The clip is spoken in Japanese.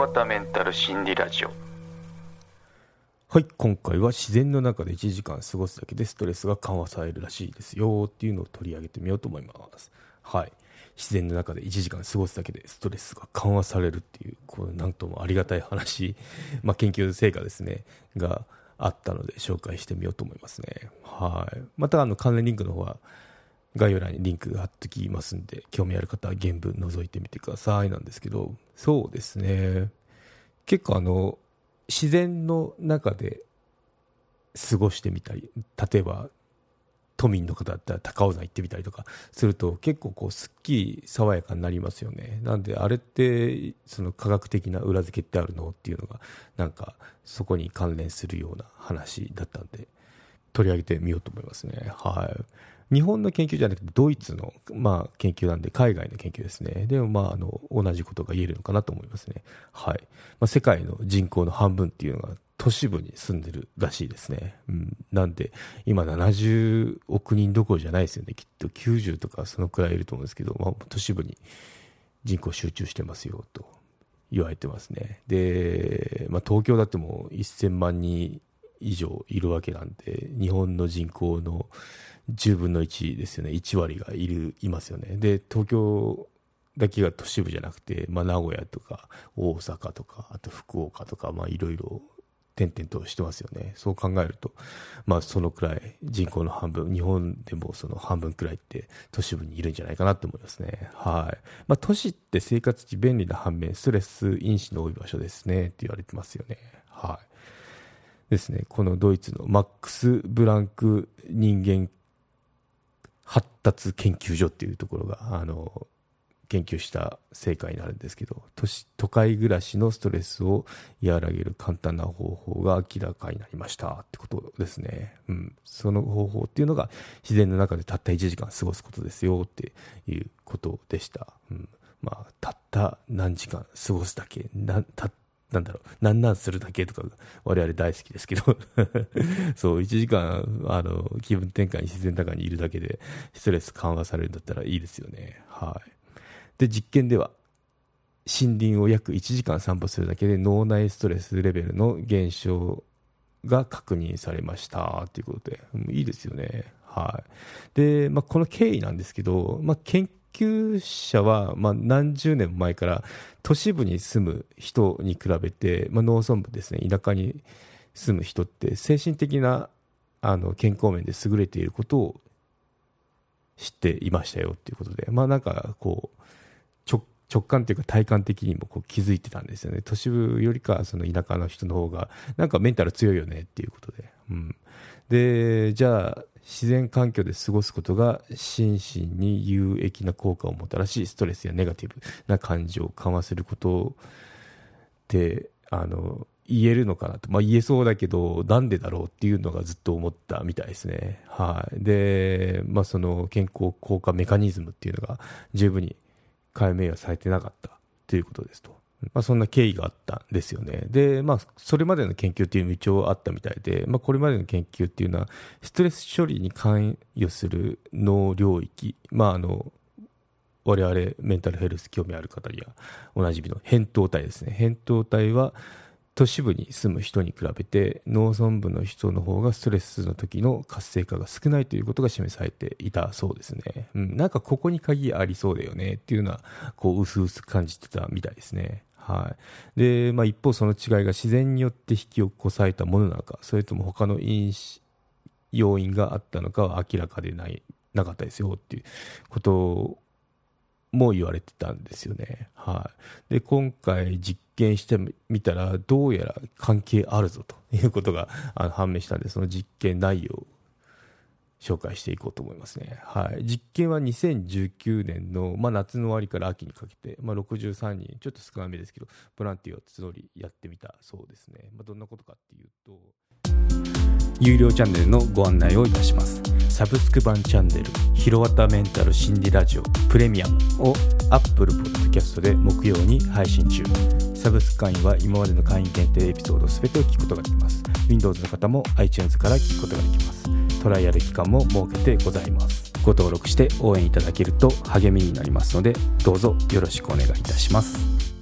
綿メンタル心理ラジオ。 はい、今回は自然の中で1時間過ごすだけでストレスが緩和されるらしいですよっていうのを取り上げてみようと思います。はい、自然の中で1時間過ごすだけでストレスが緩和されるっていう、これなんともありがたい話、研究成果ですねがあったので紹介してみようと思いますね。はい、また関連リンクの方は概要欄にリンクが貼ってきますんで、興味ある方は原文覗いてみてくださいなんですけど、そうですね、結構自然の中で過ごしてみたり、例えば都民の方だったら高尾山行ってみたりとかすると結構すっきり爽やかになりますよね。なんであれってその科学的な裏付けってあるのっていうのがなんかそこに関連するような話だったんで取り上げてみようと思いますね。はい、日本の研究じゃなくてドイツの、研究なんで海外の研究ですね。でも同じことが言えるのかなと思いますね。はい、世界の人口の半分っていうのが都市部に住んでるらしいですね。なんで今70億人どころじゃないですよね。きっと90とかそのくらいいると思うんですけど、都市部に人口集中してますよと言われてますね。で、東京だってもう1000万人以上いるわけなんで、日本の人口の10分の1ですよね。1割がいますよね。で、東京だけが都市部じゃなくて、名古屋とか大阪とか、あと福岡とか、いろいろ点々としてますよね。そう考えると、そのくらい人口の半分、日本でもその半分くらいって都市部にいるんじゃないかなと思いますね。はい。都市って生活地便利な反面、ストレス因子の多い場所ですねって言われてますよね。はい。ですね。このドイツのマックス・ブランク人間発達研究所っていうところが研究した成果になるんですけど、都会暮らしのストレスを和らげる簡単な方法が明らかになりましたってことですね。その方法っていうのが自然の中でたった1時間過ごすことですよっていうことでした。たった何時間過ごすだけ、なんするだけとか我々大好きですけどそう1時間気分転換に自然の中にいるだけでストレス緩和されるんだったらいいですよね。はい。で、実験では森林を約1時間散歩するだけで脳内ストレスレベルの減少が確認されましたということで、いいですよね。はい。で、この経緯なんですけど、研究者は何十年も前から都市部に住む人に比べて、農村部ですね、田舎に住む人って精神的な健康面で優れていることを知っていましたよということで、直感というか体感的にも気づいてたんですよね。都市部よりかその田舎の人の方がメンタル強いよねっていうことで、で、じゃあ自然環境で過ごすことが心身に有益な効果をもたらし、ストレスやネガティブな感情を緩和することって言えるのかなと、言えそうだけどなんでだろうっていうのがずっと思ったみたいですね。はい。で、その健康効果メカニズムっていうのが十分に解明はされてなかったということですと。そんな経緯があったんですよね。で、それまでの研究っていうのも一応あったみたいで、これまでの研究っていうのはストレス処理に関与する脳領域、我々メンタルヘルス興味ある方にはおなじみの扁桃体ですね。扁桃体は都市部に住む人に比べて農村部の人の方がストレスの時の活性化が少ないということが示されていたそうですね。ここに鍵ありそうだよねっていうのはうすうす感じてたみたいですね。はい。で、一方その違いが自然によって引き起こされたものなのか、それとも他の要因があったのかは明らかでなかったですよっていうことも言われてたんですよね。はい。で、今回実験してみたらどうやら関係あるぞということが判明したので、その実験内容を紹介していこうと思いますね。はい。実験は2019年の、夏の終わりから秋にかけて、63人、ちょっと少なめですけどボランティアを募りやってみたそうですね。どんなことかっていうと、有料チャンネルのご案内をいたします。サブスク版チャンネルひろわたメンタル心理ラジオプレミアムを Apple Podcast で木曜に配信中。サブスク会員は今までの会員限定エピソードすべてを聞くことができます。 Windows の方も iTunes から聞くことができます。トライアル期間も設けてございます。ご登録して応援いただけると励みになりますので、どうぞよろしくお願いいたします。